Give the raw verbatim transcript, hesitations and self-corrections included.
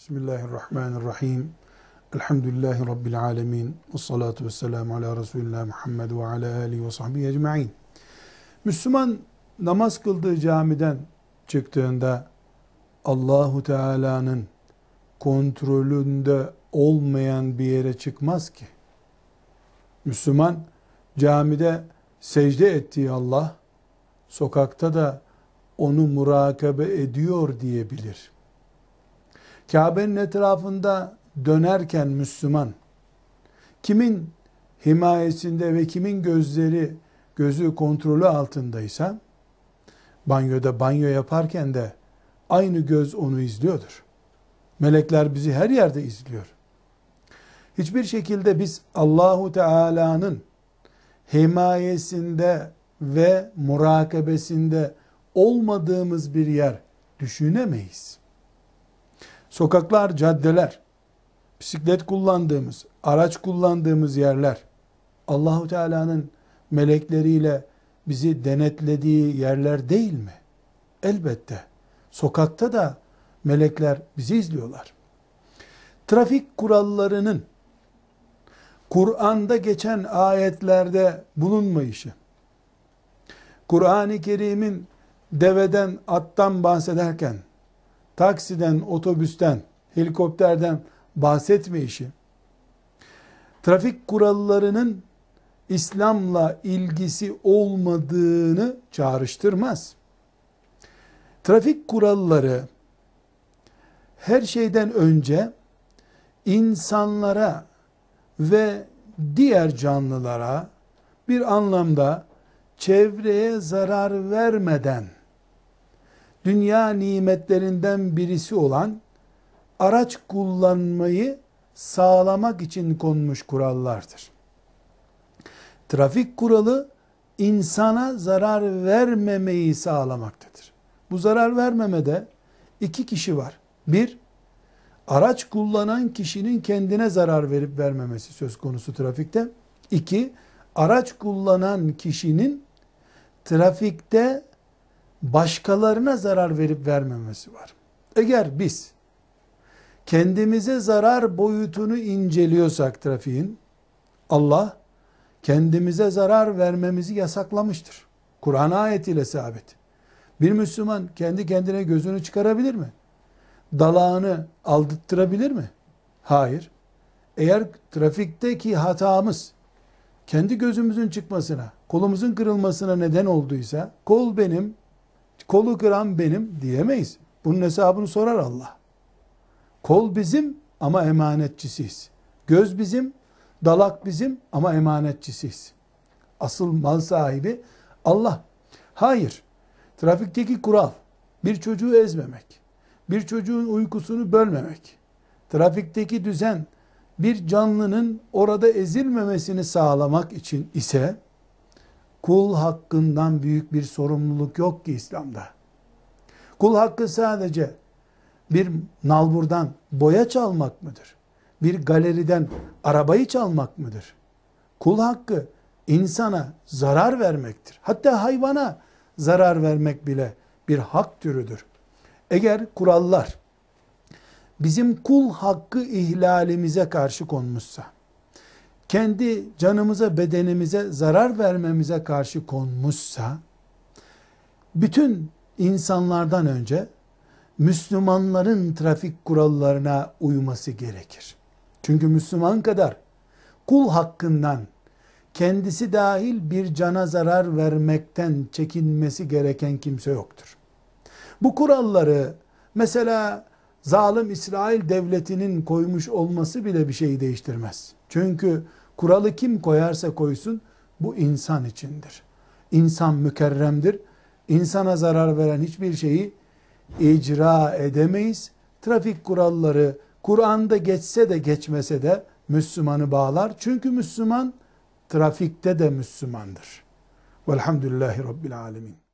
Bismillahirrahmanirrahim. Elhamdülillahi Rabbil alemin. Vessalatu vesselamu ala Resulullah Muhammed ve ala alihi ve sahbihi ecma'in. Müslüman namaz kıldığı camiden çıktığında Allahu Teala'nın kontrolünde olmayan bir yere çıkmaz ki. Müslüman camide secde ettiği Allah, sokakta da onu murakabe ediyor diyebilir. Kabe'nin etrafında dönerken Müslüman, kimin himayesinde ve kimin gözleri, gözü kontrolü altındaysa, banyoda banyo yaparken de aynı göz onu izliyordur. Melekler bizi her yerde izliyor. Hiçbir şekilde biz Allahu Teala'nın himayesinde ve murakabesinde olmadığımız bir yer düşünemeyiz. Sokaklar, caddeler, bisiklet kullandığımız, araç kullandığımız yerler, Allahu Teala'nın melekleriyle bizi denetlediği yerler değil mi? Elbette. Sokakta da melekler bizi izliyorlar. Trafik kurallarının Kur'an'da geçen ayetlerde bulunmayışı, Kur'an-ı Kerim'in deveden, attan bahsederken, taksiden, otobüsten, helikopterden bahsetmeyişi, trafik kurallarının İslam'la ilgisi olmadığını çağrıştırmaz. Trafik kuralları her şeyden önce insanlara ve diğer canlılara bir anlamda çevreye zarar vermeden dünya nimetlerinden birisi olan araç kullanmayı sağlamak için konmuş kurallardır. Trafik kuralı insana zarar vermemeyi sağlamaktadır. Bu zarar vermemede iki kişi var. Bir, araç kullanan kişinin kendine zarar verip vermemesi söz konusu trafikte. İki, araç kullanan kişinin trafikte başkalarına zarar verip vermemesi var. Eğer biz kendimize zarar boyutunu inceliyorsak trafiğin, Allah kendimize zarar vermemizi yasaklamıştır. Kur'an ayetiyle sabit. Bir Müslüman kendi kendine gözünü çıkarabilir mi? Dalağını aldırttırabilir mi? Hayır. Eğer trafikteki hatamız kendi gözümüzün çıkmasına, kolumuzun kırılmasına neden olduysa, kol benim, kolu kıran benim diyemeyiz. Bunun hesabını sorar Allah. Kol bizim ama emanetçisiyiz. Göz bizim, dalak bizim ama emanetçisiyiz. Asıl mal sahibi Allah. Hayır. Trafikteki kural bir çocuğu ezmemek, bir çocuğun uykusunu bölmemek, trafikteki düzen bir canlının orada ezilmemesini sağlamak için ise kul hakkından büyük bir sorumluluk yok ki İslam'da. Kul hakkı sadece bir nalburdan boya çalmak mıdır? Bir galeriden arabayı çalmak mıdır? Kul hakkı insana zarar vermektir. Hatta hayvana zarar vermek bile bir hak türüdür. Eğer kurallar bizim kul hakkı ihlalimize karşı konmuşsa, kendi canımıza, bedenimize zarar vermemize karşı konmuşsa, bütün insanlardan önce Müslümanların trafik kurallarına uyması gerekir. Çünkü Müslüman kadar kul hakkından kendisi dahil bir cana zarar vermekten çekinmesi gereken kimse yoktur. Bu kuralları mesela zalim İsrail devletinin koymuş olması bile bir şeyi değiştirmez. Çünkü kuralı kim koyarsa koysun bu insan içindir. İnsan mükerremdir. İnsana zarar veren hiçbir şeyi icra edemeyiz. Trafik kuralları Kur'an'da geçse de geçmese de Müslümanı bağlar. Çünkü Müslüman trafikte de Müslümandır. Velhamdülillahi Rabbil alemin.